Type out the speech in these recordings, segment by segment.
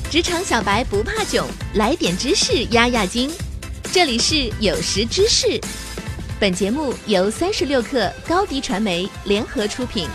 职场小白不怕囧，来点知识压压惊。这里是有识知识，本节目由36氪高迪传媒联合出品。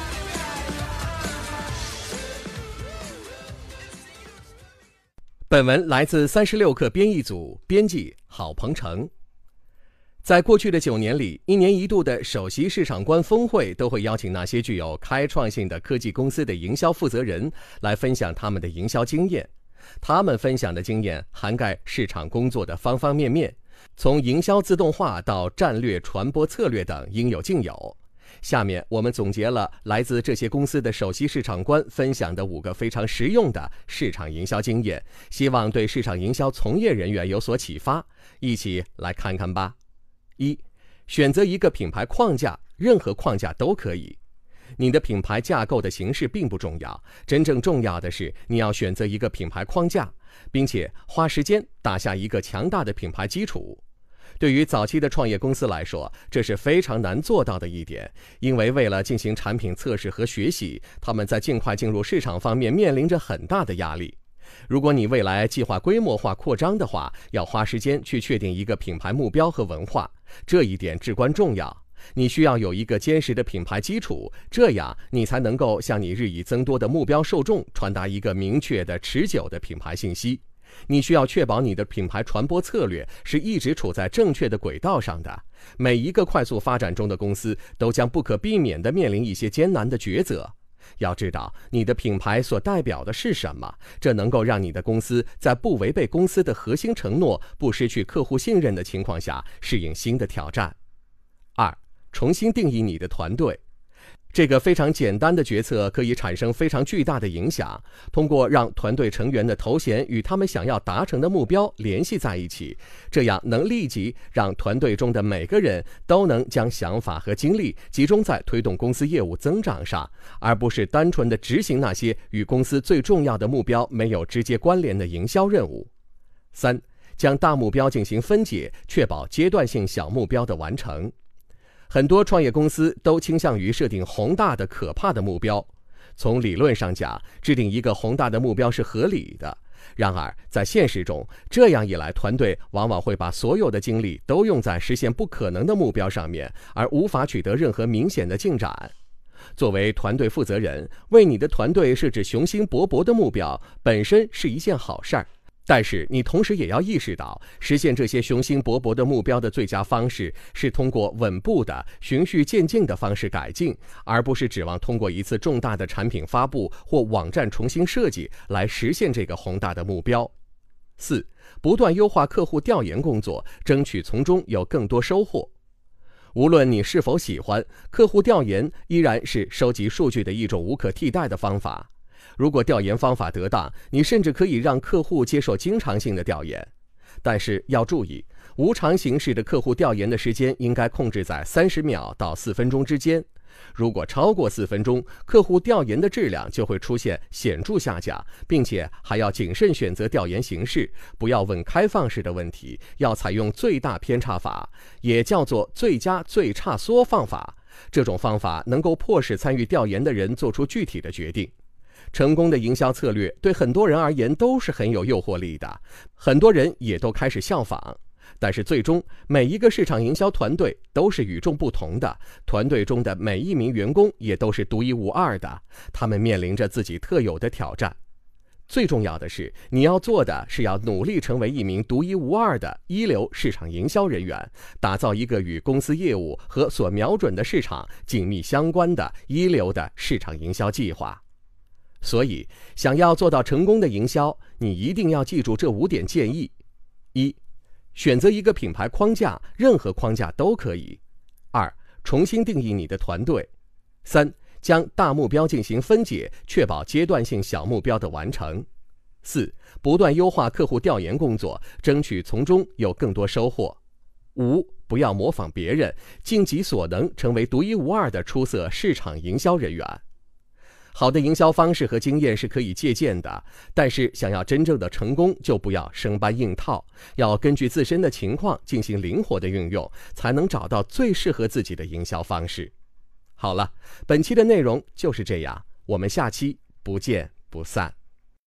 本文来自36氪编译组，编辑郝鹏程。在过去的9年里，一年一度的首席市场官峰会都会邀请那些具有开创性的科技公司的营销负责人来分享他们的营销经验。他们分享的经验涵盖市场工作的方方面面，从营销自动化到战略传播策略等应有尽有。下面我们总结了来自这些公司的首席市场官分享的5个非常实用的市场营销经验，希望对市场营销从业人员有所启发，一起来看看吧。1. 选择一个品牌框架，任何框架都可以。你的品牌架构的形式并不重要，真正重要的是你要选择一个品牌框架，并且花时间打下一个强大的品牌基础。对于早期的创业公司来说，这是非常难做到的一点，因为为了进行产品测试和学习，他们在尽快进入市场方面面临着很大的压力。如果你未来计划规模化扩张的话，要花时间去确定一个品牌目标和文化，这一点至关重要。你需要有一个坚实的品牌基础，这样你才能够向你日益增多的目标受众传达一个明确的、持久的品牌信息。你需要确保你的品牌传播策略是一直处在正确的轨道上的。每一个快速发展中的公司都将不可避免地面临一些艰难的抉择。要知道你的品牌所代表的是什么，这能够让你的公司在不违背公司的核心承诺、不失去客户信任的情况下适应新的挑战。2. 重新定义你的团队。这个非常简单的决策可以产生非常巨大的影响。通过让团队成员的头衔与他们想要达成的目标联系在一起，这样能立即让团队中的每个人都能将想法和精力集中在推动公司业务增长上，而不是单纯地执行那些与公司最重要的目标没有直接关联的营销任务。3. 将大目标进行分解，确保阶段性小目标的完成。很多创业公司都倾向于设定宏大的、可怕的目标。从理论上讲，制定一个宏大的目标是合理的。然而，在现实中，这样一来，团队往往会把所有的精力都用在实现不可能的目标上面，而无法取得任何明显的进展。作为团队负责人，为你的团队设置雄心勃勃的目标，本身是一件好事儿。但是你同时也要意识到，实现这些雄心勃勃的目标的最佳方式是通过稳步的、循序渐进的方式改进，而不是指望通过一次重大的产品发布或网站重新设计来实现这个宏大的目标。4. 不断优化客户调研工作，争取从中有更多收获。无论你是否喜欢，客户调研依然是收集数据的一种无可替代的方法。如果调研方法得当，你甚至可以让客户接受经常性的调研。但是要注意，无偿形式的客户调研的时间应该控制在30秒到4分钟之间。如果超过4分钟，客户调研的质量就会出现显著下降，并且还要谨慎选择调研形式，不要问开放式的问题，要采用最大偏差法，也叫做最佳最差缩方法。这种方法能够迫使参与调研的人做出具体的决定。成功的营销策略对很多人而言都是很有诱惑力的，很多人也都开始效仿。但是最终，每一个市场营销团队都是与众不同的，团队中的每一名员工也都是独一无二的，他们面临着自己特有的挑战。最重要的是，你要做的是要努力成为一名独一无二的一流市场营销人员，打造一个与公司业务和所瞄准的市场紧密相关的一流的市场营销计划。所以，想要做到成功的营销，你一定要记住这5点建议。1. 选择一个品牌框架，任何框架都可以。2. 重新定义你的团队。3. 将大目标进行分解，确保阶段性小目标的完成。4. 不断优化客户调研工作，争取从中有更多收获。5. 不要模仿别人，尽己所能成为独一无二的出色市场营销人员。好的营销方式和经验是可以借鉴的，但是想要真正的成功，就不要生搬硬套，要根据自身的情况进行灵活的运用，才能找到最适合自己的营销方式。好了，本期的内容就是这样，我们下期不见不散。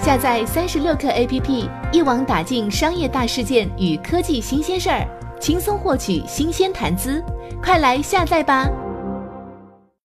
下载36课 APP， 一网打尽商业大事件与科技新鲜事儿，轻松获取新鲜谈资。快来下载吧！